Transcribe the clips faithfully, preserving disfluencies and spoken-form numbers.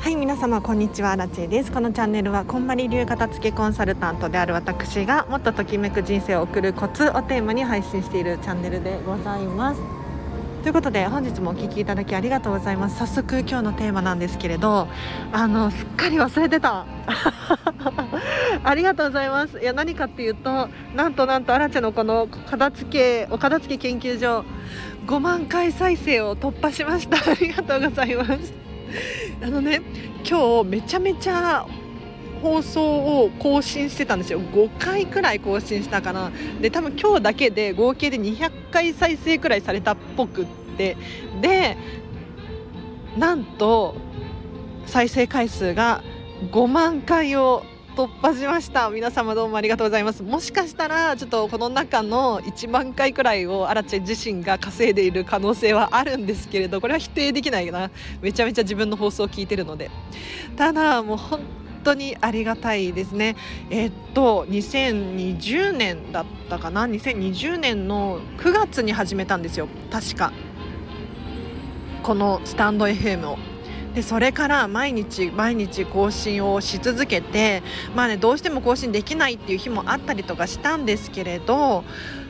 はい、皆様こんにちは、ラチェです。このチャンネルはこんまり流片付けコンサルタントである私がもっとときめく人生を送るコツをテーマに配信しているチャンネルでございます。ということで本日もお聞きいただきありがとうございます。早速今日のテーマなんですけれど、あのすっかり忘れてたありがとうございます。いや何かっていうと、なんとなんとアラチェのこの片付けお片付け研究所ごまんかい再生を突破しました。ありがとうございます。あのね、今日めちゃめちゃ放送を更新してたんですよ。ごかいくらい更新したかな。で多分今日だけで合計でにひゃっかい再生くらいされたっぽくって、でなんと再生回数がごまんかいを突破しました。皆様どうもありがとうございます。もしかしたらちょっとこの中のいちまんかいくらいをアラチェ自身が稼いでいる可能性はあるんですけれど、これは否定できないな。めちゃめちゃ自分の放送を聞いてるので。ただもう本当にありがたいですね。えー、っとにせんにじゅうねんだったかな。にせんにじゅうねんのくがつに始めたんですよ、確かこのスタンド エフエム を。でそれから毎日毎日更新をし続けて、まあね、どうしても更新できないっていう日もあったりとかしたんですけれど、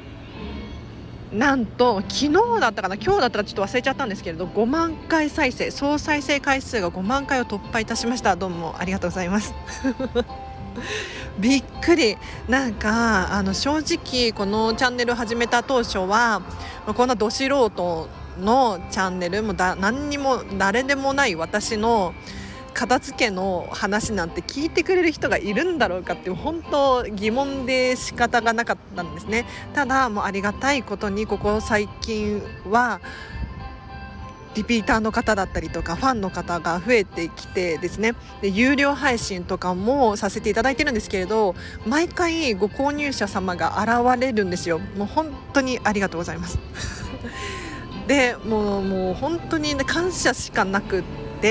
なんと昨日だったかな今日だったかちょっと忘れちゃったんですけれど、ごまんかい再生、総再生回数がごまんかいを突破いたしました。どうもありがとうございますびっくり。なんかあの正直このチャンネルを始めた当初は、まあ、こんなど素人のチャンネルもだ何にも誰でもない私の片付けの話なんて聞いてくれる人がいるんだろうかっていう本当疑問で仕方がなかったんですね。ただもうありがたいことにここ最近はリピーターの方だったりとかファンの方が増えてきてですね、で有料配信とかもさせていただいてるんですけれど、毎回ご購入者様が現れるんですよ。もう本当にありがとうございますでもう、もう本当に、ね、感謝しかなくって、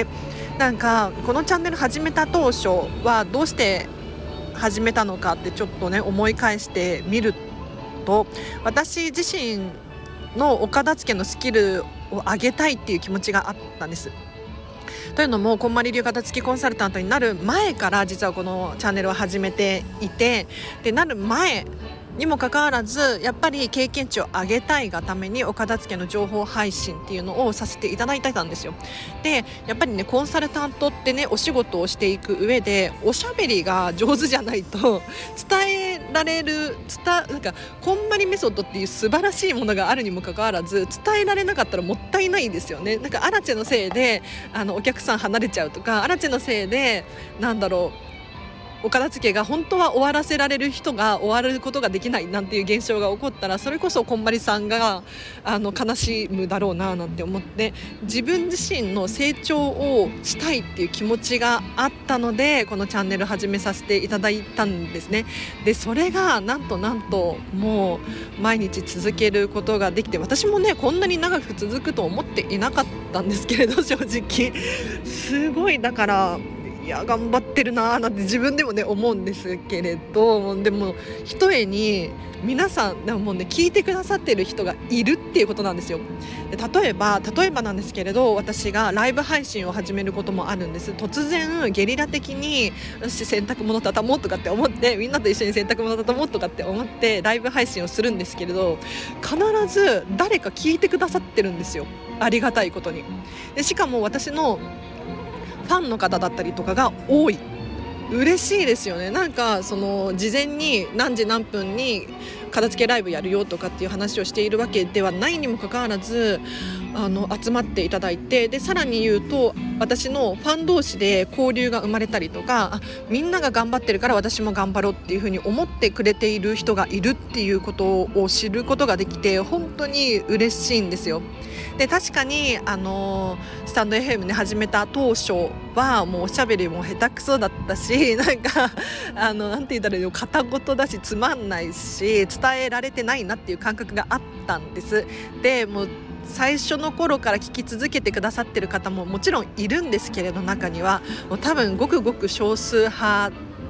なんかこのチャンネル始めた当初はどうして始めたのかってちょっとね思い返してみると、私自身のお片付けのスキルを上げたいっていう気持ちがあったんです。というのもこんまり流片付けコンサルタントになる前から実はこのチャンネルを始めていて、でなる前にもかかわらずやっぱり経験値を上げたいがためにお片付けの情報配信っていうのをさせていただいてたんですよ。でやっぱりねコンサルタントってねお仕事をしていく上でおしゃべりが上手じゃないと伝えられる伝なんかこんまりメソッドっていう素晴らしいものがあるにもかかわらず伝えられなかったらもったいないんですよね。なんかアラチェのせいであのお客さん離れちゃうとか、アラチェのせいでなんだろうお片付けが本当は終わらせられる人が終わることができないなんていう現象が起こったら、それこそこんまりさんがあの悲しむだろうななんて思って、自分自身の成長をしたいっていう気持ちがあったのでこのチャンネル始めさせていただいたんですね。でそれがなんとなんともう毎日続けることができて、私もねこんなに長く続くと思っていなかったんですけれど、正直すごいだからいや頑張ってるなーなんて自分でもね思うんですけれど、でもひとえに皆さんでももうね聞いてくださってる人がいるっていうことなんですよ。で例えば例えばなんですけれど、私がライブ配信を始めることもあるんです。突然ゲリラ的によし洗濯物畳もうとかって思って、みんなと一緒に洗濯物畳もうとかって思ってライブ配信をするんですけれど、必ず誰か聞いてくださってるんですよ、ありがたいことに。でしかも私のファンの方だったりとかが多い。嬉しいですよね。なんかその事前に何時何分に片付けライブやるよとかっていう話をしているわけではないにもかかわらずあの集まっていただいて、でさらに言うと私のファン同士で交流が生まれたりとか、あみんなが頑張ってるから私も頑張ろうっていう風に思ってくれている人がいるっていうことを知ることができて本当に嬉しいんですよ。で確かにあのスタンド エフエム ね始めた当初はもうおしゃべりも下手くそだったし、なんかあのなんて言ったらいいの、片言だしつまんないし伝えられてないなっていう感覚があったんです。でもう最初の頃から聞き続けてくださってる方ももちろんいるんですけれど、中にはもう多分ごくごく少数派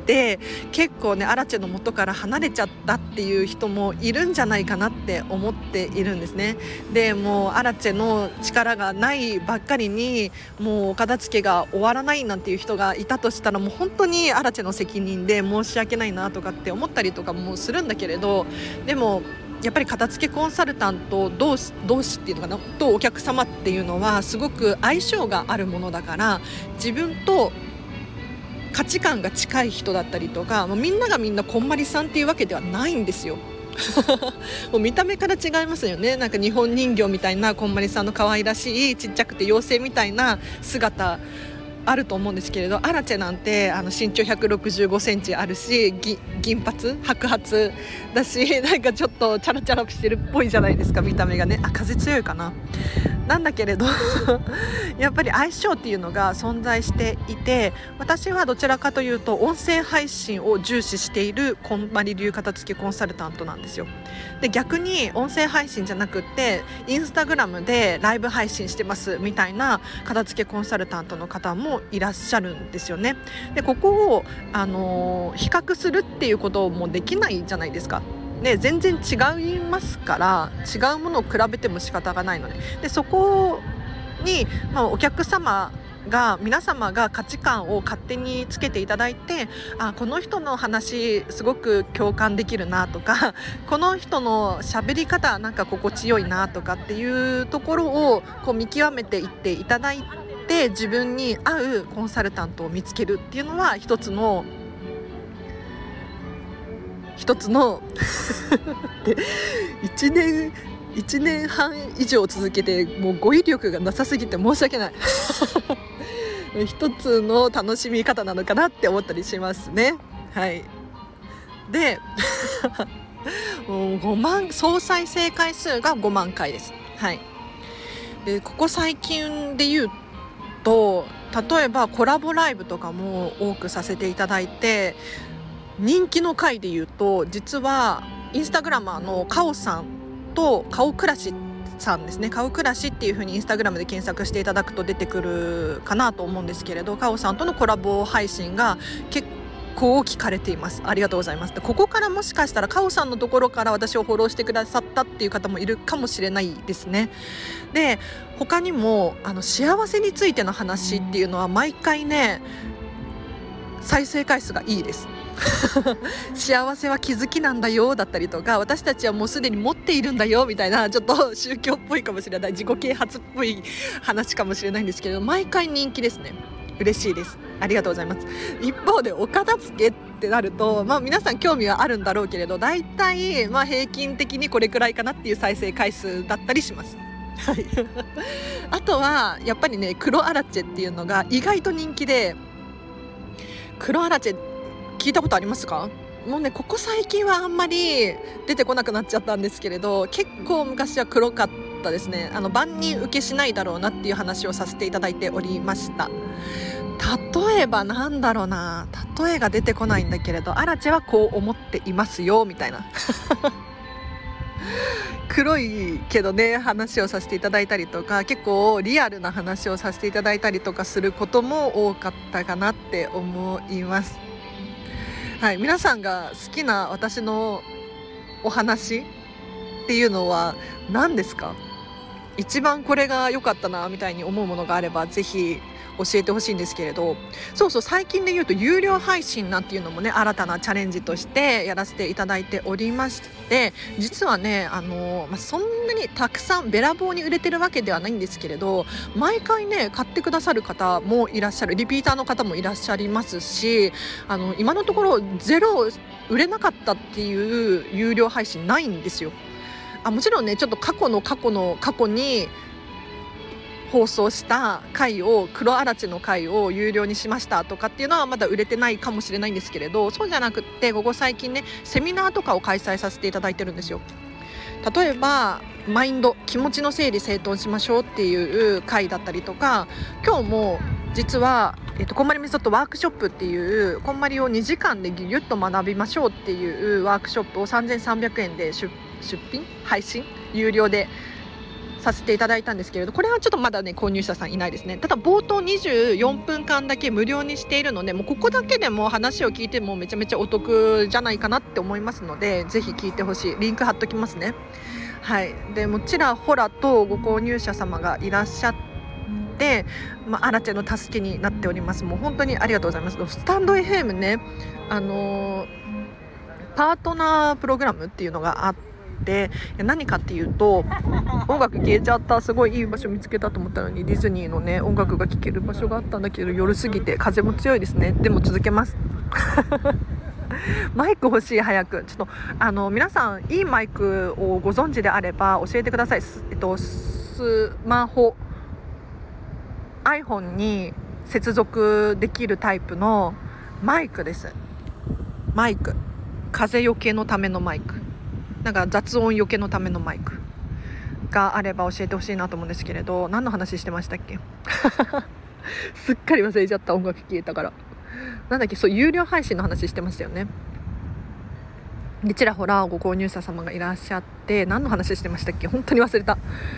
で結構ねアラチェの元から離れちゃったっていう人もいるんじゃないかなって思っているんですね。でもうアラチェの力がないばっかりにもうお片付けが終わらないなんていう人がいたとしたらもう本当にアラチェの責任で申し訳ないなとかって思ったりとかもするんだけれど、でもやっぱり片付けコンサルタント同士、同士っていうのかなとお客様っていうのはすごく相性があるものだから、自分と価値観が近い人だったりとか、もうみんながみんなこんまりさんっていうわけではないんですよもう見た目から違いますよね。なんか日本人形みたいなこんまりさんの可愛らしいちっちゃくて妖精みたいな姿あると思うんですけれど、アラチェなんてあの身長ひゃくろくじゅうごセンチあるし、ぎ銀髪白髪だし、なんかちょっとチャラチャラしてるっぽいじゃないですか、見た目がね。あ、風強いかな。なんだけれどやっぱり相性っていうのが存在していて、私はどちらかというと音声配信を重視しているこんまり流片付けコンサルタントなんですよ。で逆に音声配信じゃなくってインスタグラムでライブ配信してますみたいな片付けコンサルタントの方もいらっしゃるんですよね。でここを、あのー、比較するっていうこともできないじゃないですか。ね、全然違いますから、違うものを比べても仕方がないので、でそこに、まあ、お客様が皆様が価値観を勝手につけていただいて、あ、この人の話すごく共感できるなとか、この人の喋り方なんか心地よいなとかっていうところをこう見極めていっていただいて、自分に合うコンサルタントを見つけるっていうのは一つの一つのいちねんいちねんはん以上続けてもう語彙力がなさすぎて申し訳ない一つの楽しみ方なのかなって思ったりしますね。はい。でもうごまん総再生回数がごまんかいです。はい。でここ最近で言うと、例えばコラボライブとかも多くさせていただいて、人気の回で言うと実はインスタグラマーのカオさんとカオクラシさんですね。カオクラシっていう風にインスタグラムで検索していただくと出てくるかなと思うんですけれど、カオさんとのコラボ配信が結構聞かれています。ありがとうございます。でここからもしかしたらカオさんのところから私をフォローしてくださったっていう方もいるかもしれないですね。で他にもあの幸せについての話っていうのは毎回ね再生回数がいいです幸せは気づきなんだよだったりとか、私たちはもうすでに持っているんだよみたいな、ちょっと宗教っぽいかもしれない、自己啓発っぽい話かもしれないんですけど、毎回人気ですね。嬉しいです。ありがとうございます。一方でお片付けってなると、まあ、皆さん興味はあるんだろうけれど、だいたいまあ平均的にこれくらいかなっていう再生回数だったりします。はい、あとはやっぱりね、黒アラチェっていうのが意外と人気で、黒アラチェ聞いたことありますか？もうねここ最近はあんまり出てこなくなっちゃったんですけれど、結構昔は黒かったですね。あの万人受けしないだろうなっていう話をさせていただいておりました。例えばなんだろうな、例えが出てこないんだけれど、アラチェはこう思っていますよみたいな黒いけどね話をさせていただいたりとか、結構リアルな話をさせていただいたりとかすることも多かったかなって思います。はい、皆さんが好きな私のお話っていうのは何ですか？一番これが良かったなみたいに思うものがあればぜひ教えてほしいんですけれど、そうそう、最近で言うと有料配信なんていうのもね新たなチャレンジとしてやらせていただいておりまして、実はねあの、まあ、そんなにたくさんべらぼうに売れてるわけではないんですけれど、毎回ね買ってくださる方もいらっしゃる、リピーターの方もいらっしゃいますし、あの今のところゼロ売れなかったっていう有料配信ないんですよ。あ、もちろんねちょっと過去の過去の過去に放送した回を、黒アラチェの回を有料にしましたとかっていうのはまだ売れてないかもしれないんですけれど、そうじゃなくってここ最近ねセミナーとかを開催させていただいてるんですよ。例えばマインド、気持ちの整理整頓しましょうっていう回だったりとか、今日も実は、えっと、こんまりメソッドワークショップっていうこんまりをにじかんでギュッと学びましょうっていうワークショップをさんぜんさんびゃくえんで出出品配信有料でさせていただいたんですけれど、これはちょっとまだね購入者さんいないですね。ただ冒頭にじゅうよんぷんかんだけ無料にしているので、もうここだけでも話を聞いてもめちゃめちゃお得じゃないかなって思いますので、ぜひ聞いてほしい。リンク貼っときますね。はい。でもちらほらとご購入者様がいらっしゃってで、まあ、アラチェの助けになっております。もう本当にありがとうございます。スタンド エフエム ね、あのー、パートナープログラムっていうのがあって、何かっていうと、音楽消えちゃった、すごいいい場所見つけたと思ったのに、ディズニーのね音楽が聴ける場所があったんだけど、夜すぎて風も強いですね。でも続けますマイク欲しい、早く。ちょっとあの皆さんいいマイクをご存知であれば教えてください。えっとスマホiPhone に接続できるタイプのマイクです。マイク、風よけのためのマイク、なんか雑音よけのためのマイクがあれば教えてほしいなと思うんですけれど、何の話してましたっけすっかり忘れちゃった。音楽消えたから。なんだっけ、そう、有料配信の話してましたよね。でちらほらご購入者様がいらっしゃって、何の話してましたっけ、本当に忘れた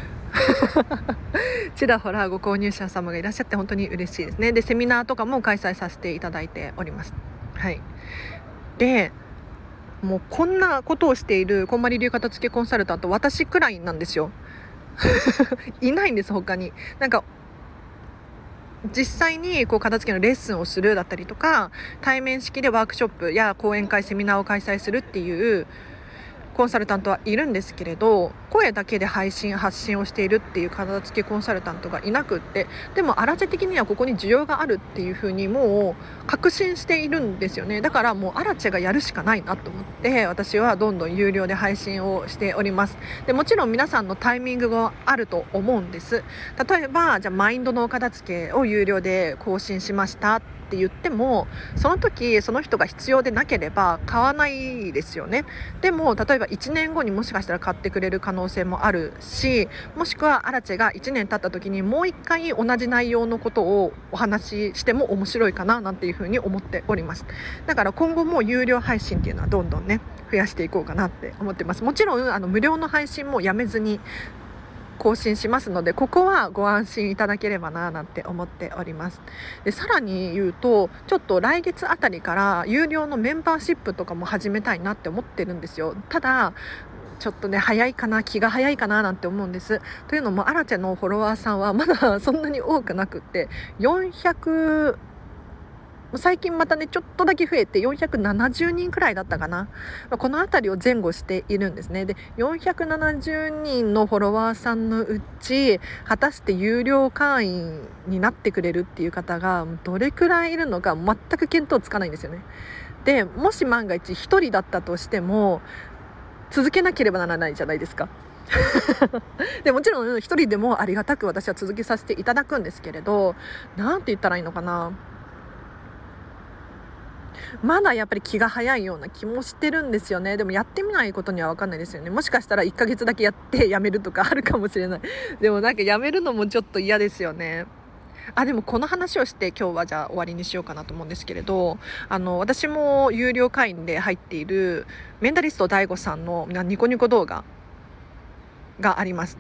ちらほらご購入者様がいらっしゃって本当に嬉しいですね。でセミナーとかも開催させていただいております。はい。でもうこんなことをしているこんまり流片付けコンサルタント、私くらいなんですよいないんです、他に。なんか実際にこう片付けのレッスンをするだったりとか、対面式でワークショップや講演会、セミナーを開催するっていうコンサルタントはいるんですけれど、声だけで配信発信をしているっていう片付けコンサルタントがいなくって、でもアラチェ的にはここに需要があるっていうふうにもう確信しているんですよね。だからもうアラチェがやるしかないなと思って、私はどんどん有料で配信をしております。でもちろん皆さんのタイミングがあると思うんです。例えばじゃあマインドのお片付けを有料で更新しましたって言っても、その時その人が必要でなければ買わないですよね。でも例えばいちねんごにもしかしたら買ってくれる可能性もあるし、もしくはアラチェがいちねん経った時にもう一回同じ内容のことをお話ししても面白いかななんていうふうに思っております。だから今後も有料配信っていうのはどんどんね増やしていこうかなって思ってます。もちろんあの無料の配信もやめずに更新しますので、ここはご安心いただければななんて思っております。でさらに言うと、ちょっと来月あたりから有料のメンバーシップとかも始めたいなって思ってるんですよ。ただちょっとね早いかな、気が早いかななんて思うんです。というのもアラチェのフォロワーさんはまだそんなに多くなくって、よんひゃく最近またねちょっとだけ増えてよんひゃくななじゅうにんくらいだったかな、この辺りを前後しているんですね。でよんひゃくななじゅうにんのフォロワーさんのうち、果たして有料会員になってくれるっていう方がどれくらいいるのか全く見当つかないんですよね。でもし万が一ひとりだったとしても続けなければならないじゃないですかでもちろんひとりでもありがたく私は続けさせていただくんですけれど、なんて言ったらいいのかな、まだやっぱり気が早いような気もしてるんですよね。でもやってみないことには分かんないですよね。もしかしたらいっかげつだけやってやめるとかあるかもしれない。でもなんかやめるのもちょっと嫌ですよね。あでもこの話をして今日はじゃあ終わりにしようかなと思うんですけれど、あの私も有料会員で入っているメンタリスト ダイゴ さんのニコニコ動画があります。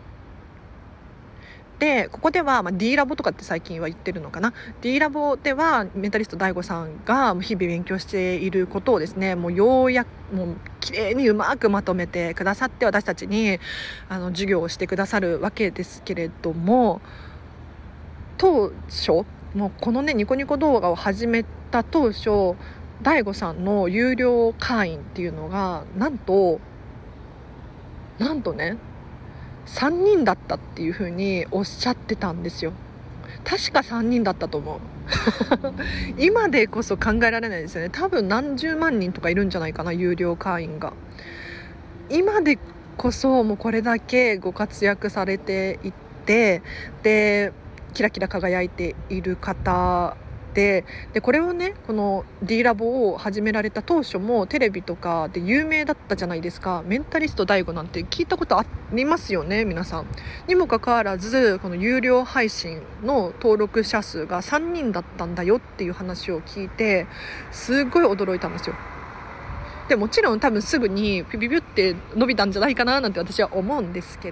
でここでは、まあ、D ラボとかって最近は言ってるのかな。 D ラボではメンタリスト ダイゴ さんが日々勉強していることをですね、もうようやくもう綺麗にうまくまとめてくださって、私たちにあの授業をしてくださるわけですけれども、当初もうこのねニコニコ動画を始めた当初、 ダイゴ さんの有料会員っていうのがなんとなんとねさんにんだったっていう風におっしゃってたんですよ。確かさんにんだったと思う今でこそ考えられないですよね。多分何十万人とかいるんじゃないかな、有料会員が。今でこそもうこれだけご活躍されていて、でキラキラ輝いている方で、でこれをねこの D ラボを始められた当初もテレビとかで有名だったじゃないですか。メンタリスト ダイゴ なんて聞いたことありますよね皆さん。にもかかわらずこの有料配信の登録者数がさんにんだったんだよっていう話を聞いてすごい驚いたんですよ。でもちろん多分すぐにピピピュって伸びたんじゃないかななんて私は思うんですけれ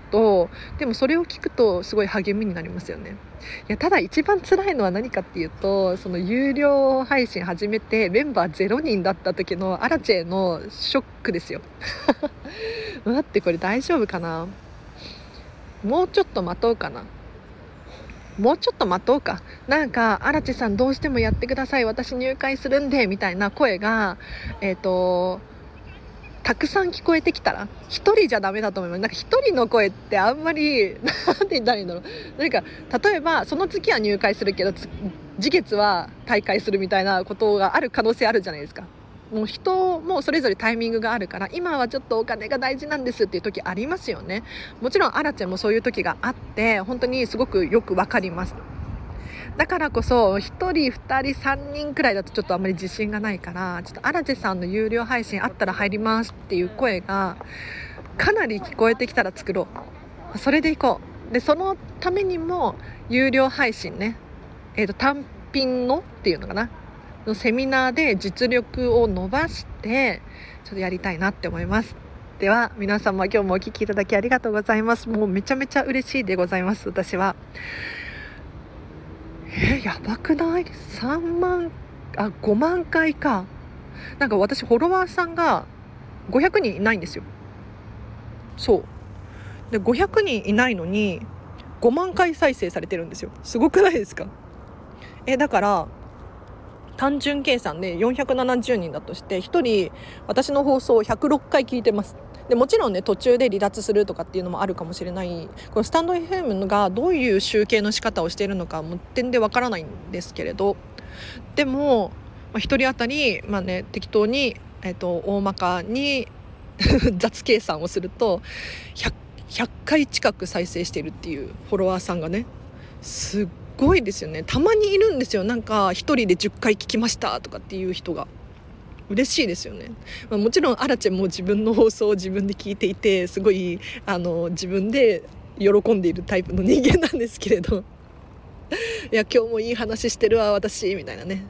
と、でもそれを聞くとすごい励みになりますよね。いやただ一番辛いのは何かっていうと、その有料配信始めてメンバーゼロにんだった時のアラチェのショックですよ待ってこれ大丈夫かな、もうちょっと待とうかなもうちょっと待とうかなんかアラチェさんどうしてもやってください、私入会するんでみたいな声がえっとたくさん聞こえてきたら、一人じゃダメだと思います。なんか一人の声ってあんまりなんて言ったらいいんだろう、なんか例えばその月は入会するけど次月は退会するみたいなことがある可能性あるじゃないですか。もう人もそれぞれタイミングがあるから、今はちょっとお金が大事なんですっていう時ありますよね。もちろんアラちゃんもそういう時があって、本当にすごくよくわかります。だからこそひとりふたりさんにんくらいだとちょっとあんまり自信がないから、ちょっとアラチェさんの有料配信あったら入りますっていう声がかなり聞こえてきたら作ろう、それでいこう。でそのためにも有料配信ね、えーと単品のっていうのかなのセミナーで実力を伸ばしてちょっとやりたいなって思います。では皆様今日もお聞きいただきありがとうございます。もうめちゃめちゃ嬉しいでございます。私はえー、やばくない？さんまんあごまん回か。なんか私フォロワーさんがごひゃくにんいないんですよ。そうでごひゃくにんいないのにごまん回再生されてるんですよ。すごくないですか？えだから単純計算でよんひゃくななじゅうにんだとしてひとり私の放送をひゃくろっかい聞いてます。でもちろんね途中で離脱するとかっていうのもあるかもしれない。このスタンド エフエム がどういう集計の仕方をしているのかも点でわからないんですけれど、でも、まあ、ひとり当たり、まあね、適当に、えーと、大まかに雑計算をすると ひゃく, ひゃっかい近く再生しているっていうフォロワーさんがねすっごいですよね。たまにいるんですよ。なんか一人でじゅっかい聞きましたとかっていう人が嬉しいですよね。まあ、もちろんアラチェも自分の放送を自分で聞いていてすごいあの自分で喜んでいるタイプの人間なんですけれどいや今日もいい話してるわ私みたいなね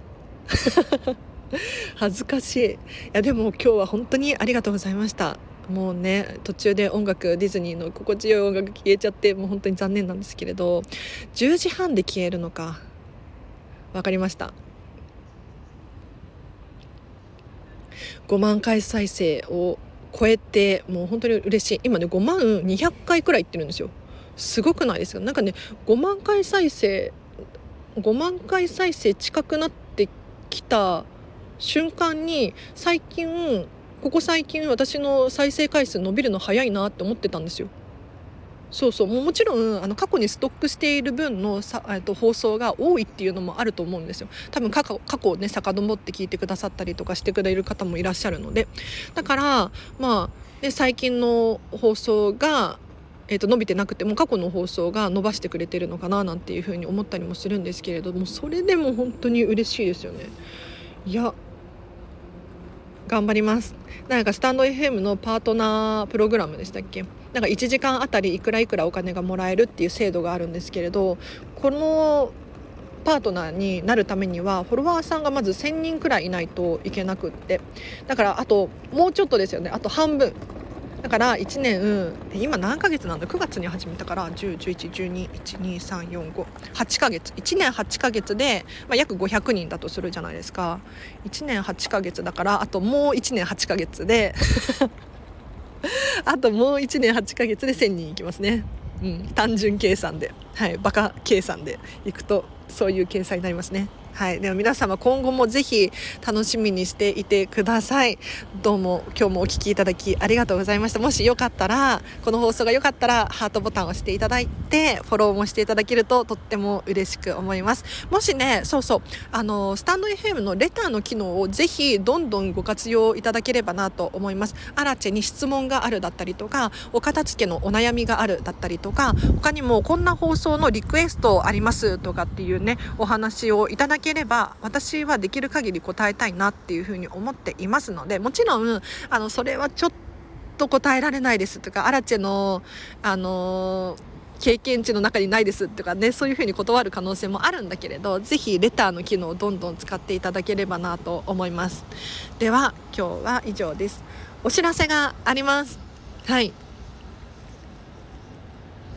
恥ずかしい。いやでも今日は本当にありがとうございました。もうね途中で音楽ディズニーの心地よい音楽消えちゃってもう本当に残念なんですけれど、じゅうじはんで消えるのか分かりました。ごまん回再生を超えてもう本当に嬉しい。今ねごまんにひゃっかいくらいいってるんですよ。すごくないですか？なんかねごまん回再生ごまん回再生近くなってきた瞬間に最近ここ最近私の再生回数伸びるの早いなって思ってたんですよ。そうそうもうもちろんあの過去にストックしている分のさ、えっと、放送が多いっていうのもあると思うんですよ。多分過去、過去をね遡って聞いてくださったりとかしてくれる方もいらっしゃるので、だからまあ、ね、最近の放送が、えっと、伸びてなくても過去の放送が伸ばしてくれてるのかななんていうふうに思ったりもするんですけれども、それでも本当に嬉しいですよね。いや頑張ります。なんかスタンド エフエム のパートナープログラムでしたっけ、なんかいちじかんあたりいくらいくらお金がもらえるっていう制度があるんですけれど、このパートナーになるためにはフォロワーさんがまずせんにんくらいいないといけなくって、だからあともうちょっとですよね。あと半分だからいちねん今何ヶ月なんだ、くがつに始めたからじゅう、じゅういち、じゅうに、いち、に、さん、よん、ご、はちかげついちねんはちかげつで、まあ、約ごひゃくにんだとするじゃないですか。いちねんはちかげつだからあともういちねんはちかげつであともういちねんはちかげつでせんにんいきますね。うん、単純計算で、はい、バカ計算でいくとそういう計算になりますね。はい、では皆様今後もぜひ楽しみにしていてください。どうも今日もお聞きいただきありがとうございました。もしよかったらこの放送がよかったらハートボタンを押していただいてフォローもしていただけるととっても嬉しく思います。もしねそうそうあのスタンド エフエム のレターの機能をぜひどんどんご活用いただければなと思います。アラチェに質問があるだったりとかお片付けのお悩みがあるだったりとか、他にもこんな放送のリクエストありますとかっていうねお話をいただければ私はできる限り答えたいなっていうふうに思っていますので、もちろんあのそれはちょっと答えられないですとかアラチェのあのー、経験値の中にないですとかね、そういうふうに断る可能性もあるんだけれど、ぜひレターの機能をどんどん使っていただければなと思います。では今日は以上です。お知らせがあります。はい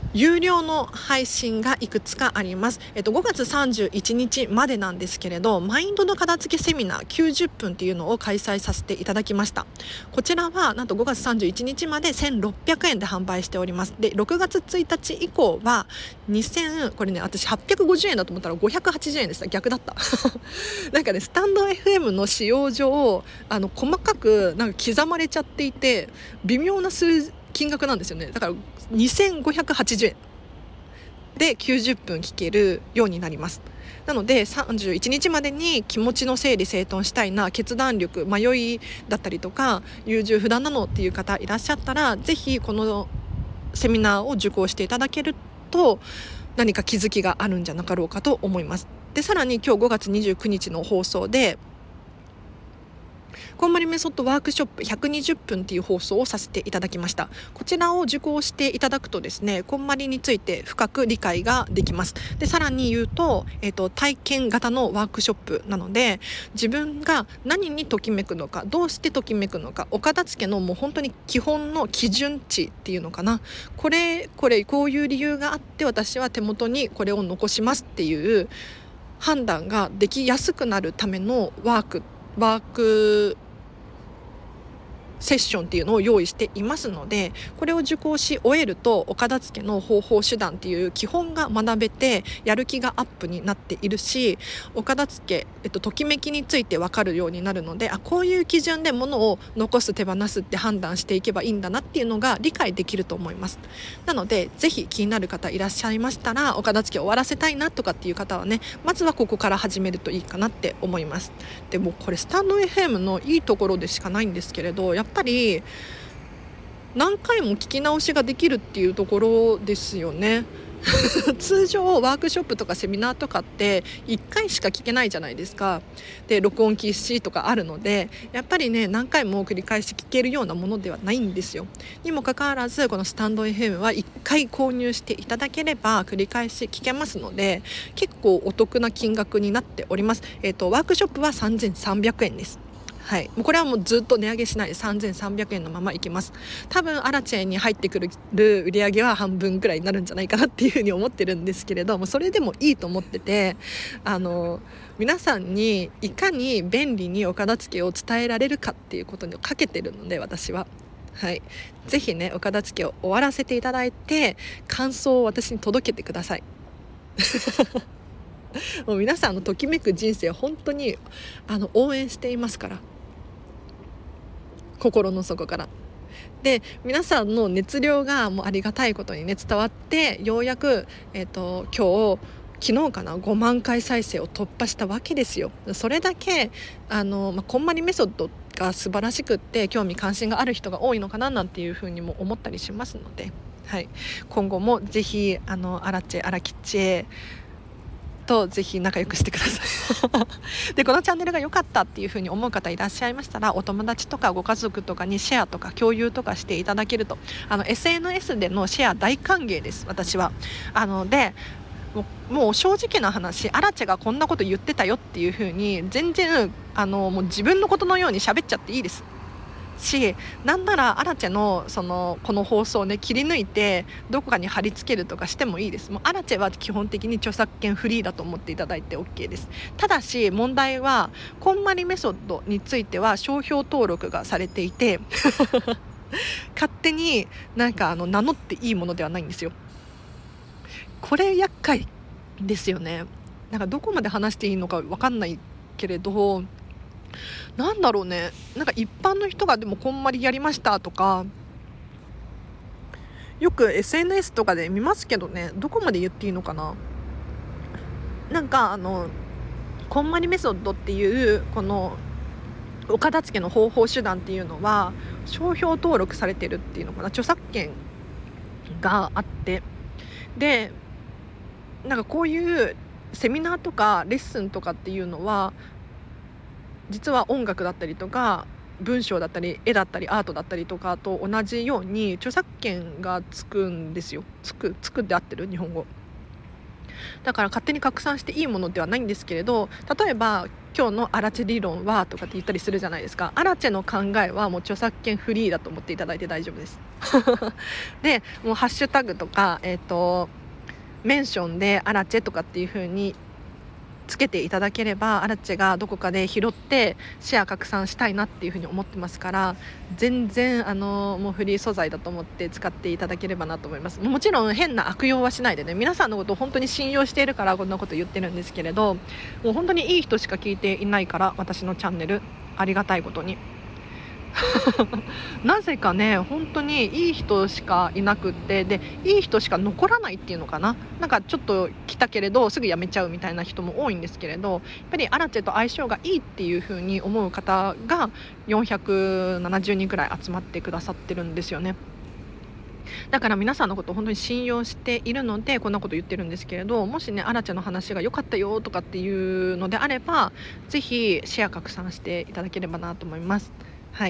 有料の配信がいくつかあります。えっと、ごがつさんじゅういちにちまでなんですけれど、マインドの片付けセミナーきゅうじゅっぷんっていうのを開催させていただきました。こちらはなんとごがつさんじゅういちにちまでせんろっぴゃくえんで販売しております。で、ろくがつついたち以降はにせん、これね、私はっぴゃくごじゅうえんだと思ったらごひゃくはちじゅうえんでした。逆だったなんかね、スタンド エフエム の使用上、あの細かくなんか刻まれちゃっていて、微妙な数金額なんですよね。だからにせんごひゃくはちじゅうえんできゅうじゅっぷん聞けるようになります。なのでさんじゅういちにちまでに気持ちの整理整頓したいな、決断力、迷いだったりとか優柔不断なのっていう方いらっしゃったら、ぜひこのセミナーを受講していただけると何か気づきがあるんじゃなかろうかと思います。で、さらに今日ごがつにじゅうくにちの放送でこんまりメソッドワークショップひゃくにじゅっぷんっていう放送をさせていただきました。こちらを受講していただくとですね、こんまりについて深く理解ができます。で、さらに言うと、えっと、体験型のワークショップなので、自分が何にときめくのか、どうしてときめくのか、お片付けのもう本当に基本の基準値っていうのかな、これこれこういう理由があって私は手元にこれを残しますっていう判断ができやすくなるためのワークワークセッションっていうのを用意していますので、これを受講し終えるとお片付けの方法手段っていう基本が学べて、やる気がアップになっているし、お片付け、えっと、ときめきについて分かるようになるので、あ、こういう基準で物を残す手放すって判断していけばいいんだなっていうのが理解できると思います。なのでぜひ気になる方いらっしゃいましたら、お片付け終わらせたいなとかっていう方はね、まずはここから始めるといいかなって思います。でもこれスタンド エフエム のいいところでしかないんですけれど、やっぱり何回も聞き直しができるっていうところですよね通常ワークショップとかセミナーとかっていっかいしか聞けないじゃないですか。で、録音禁止とかあるので、やっぱりね、何回も繰り返し聞けるようなものではないんですよ。にもかかわらずこのスタンド エフエム はいっかい購入していただければ繰り返し聞けますので、結構お得な金額になっております。えーと、ワークショップはさんぜんさんびゃくえんです。はい、もうこれはもうずっと値上げしないでさんぜんさんびゃくえんのままいきます。多分アラチェに入ってくる売り上げは半分くらいになるんじゃないかなっていうふうに思ってるんですけれども、それでもいいと思ってて、あの皆さんにいかに便利にお片付けを伝えられるかっていうことにかけてるので、私ははい、ぜひね、お片付けを終わらせていただいて感想を私に届けてくださいもう皆さんのときめく人生本当にあの応援していますから、心の底から。で、皆さんの熱量がもうありがたいことにね伝わって、ようやく、えーと、今日昨日かなごまんかい再生を突破したわけですよ。それだけあの、まあ、こんまりメソッドが素晴らしくって興味関心がある人が多いのかななんていうふうにも思ったりしますので、はい、今後もぜひあのアラチェアラキッチェとぜひ仲良くしてくださいで、このチャンネルが良かったっていう風に思う方いらっしゃいましたら、お友達とかご家族とかにシェアとか共有とかしていただけると、あの エスエヌエス でのシェア大歓迎です、私は。あのでもう、もう正直な話、アラチェがこんなこと言ってたよっていう風に全然あのもう自分のことのように喋っちゃっていいですし、なんならアラチェのそのこの放送をね切り抜いてどこかに貼り付けるとかしてもいいです。もうアラチェは基本的に著作権フリーだと思っていただいて OK です。ただし問題はこんまりメソッドについては商標登録がされていて勝手になんかあの名乗っていいものではないんですよ。これ厄介ですよね。なんかどこまで話していいのか分かんないけれど、なんだろうね、なんか一般の人がでもこんまりやりましたとかよく エスエヌエス とかで見ますけどね、どこまで言っていいのかな。なんかあのこんまりメソッドっていうこのお片付けの方法手段っていうのは商標登録されてるっていうのかな、著作権があって、でなんかこういうセミナーとかレッスンとかっていうのは実は音楽だったりとか文章だったり絵だったりアートだったりとかと同じように著作権がつくんですよ。つくつくって合ってる日本語だから勝手に拡散していいものではないんですけれど、例えば今日のアラチェ理論はとかって言ったりするじゃないですか。アラチェの考えはもう著作権フリーだと思っていただいて大丈夫ですでもうハッシュタグとか、えーと、メンションでアラチェとかっていう風につけていただければ、アラチェがどこかで拾ってシェア拡散したいなっていうふうに思ってますから、全然あのもうフリー素材だと思って使っていただければなと思います。もちろん変な悪用はしないでね、皆さんのことを本当に信用しているからこんなこと言ってるんですけれど、もう本当にいい人しか聞いていないから、私のチャンネルありがたいことになぜかね、本当にいい人しかいなくって、でいい人しか残らないっていうのかな、なんかちょっと来たけれどすぐ辞めちゃうみたいな人も多いんですけれど、やっぱりアラチェと相性がいいっていう風に思う方がよんひゃくななじゅうにんくらい集まってくださってるんですよね。だから皆さんのことを本当に信用しているのでこんなこと言ってるんですけれど、もしねアラチェの話が良かったよとかっていうのであれば、ぜひシェア拡散していただければなと思います。はい、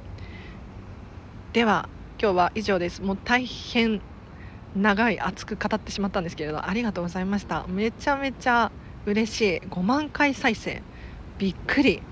では今日は以上です。もう大変長い熱く語ってしまったんですけれど、ありがとうございました。めちゃめちゃ嬉しい。ごまんかい再生、びっくり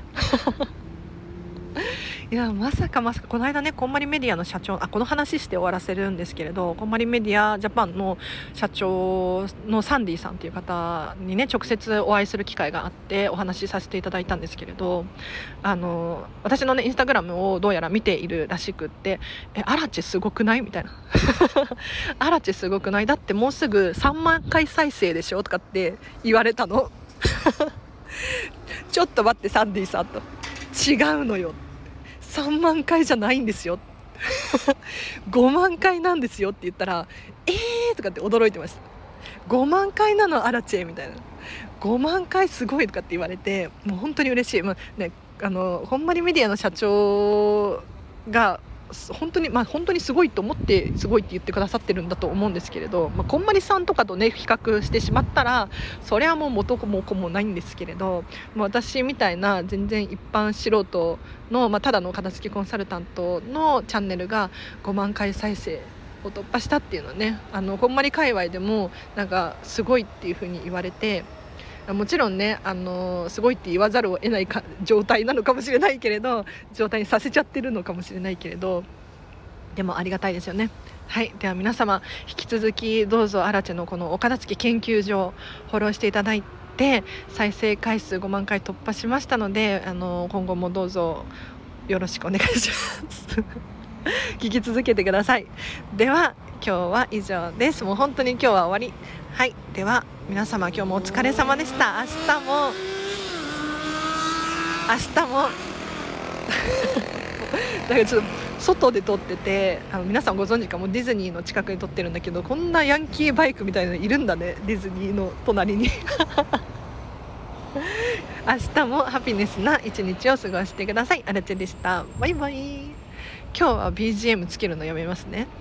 いやまさかまさか、この間ねこんまりメディアの社長、あこの話して終わらせるんですけれど、こんまりメディアジャパンの社長のサンディさんという方にね直接お会いする機会があってお話しさせていただいたんですけれど、あの私のねインスタグラムをどうやら見ているらしくって、えアラチェすごくないみたいなアラチェすごくない、だってもうすぐさんまんかい再生でしょとかって言われたのちょっと待ってサンディさんと、違うのよ、さんまんかいじゃないんですよごまんかいなんですよって言ったら、えーとかって驚いてました。ごまんかいなのアラチェみたいな、ごまんかいすごいとかって言われて、もう本当に嬉しい。まあね、あのほんまりメディアの社長が本当に、まあ、本当にすごいと思ってすごいって言ってくださってるんだと思うんですけれど、まあ、こんまりさんとかとね比較してしまったらそれはもう元も子もないんですけれど、まあ、私みたいな全然一般素人の、まあ、ただの片付けコンサルタントのチャンネルがごまんかい再生を突破したっていうのはね、あのこんまり界隈でもなんかすごいっていう風に言われて、もちろんね、あのすごいって言わざるを得ないか状態なのかもしれないけれど、状態にさせちゃってるのかもしれないけれど、でもありがたいですよね。はい、では皆様引き続きどうぞアラチェのこのお片付け研究所フォローしていただいて、再生回数ごまんかい突破しましたので、あの今後もどうぞよろしくお願いします聞き続けてください。では今日は以上です。もう本当に今日は終わり。はい、では皆様今日もお疲れ様でした。明日も明日もだからちょっと外で撮ってて、あの皆さんご存知かも、ディズニーの近くに撮ってるんだけど、こんなヤンキーバイクみたいなのいるんだね、ディズニーの隣に明日もハピネスな一日を過ごしてください。アラチェでした。バイバイ。今日は ビージーエム つけるのやめますね。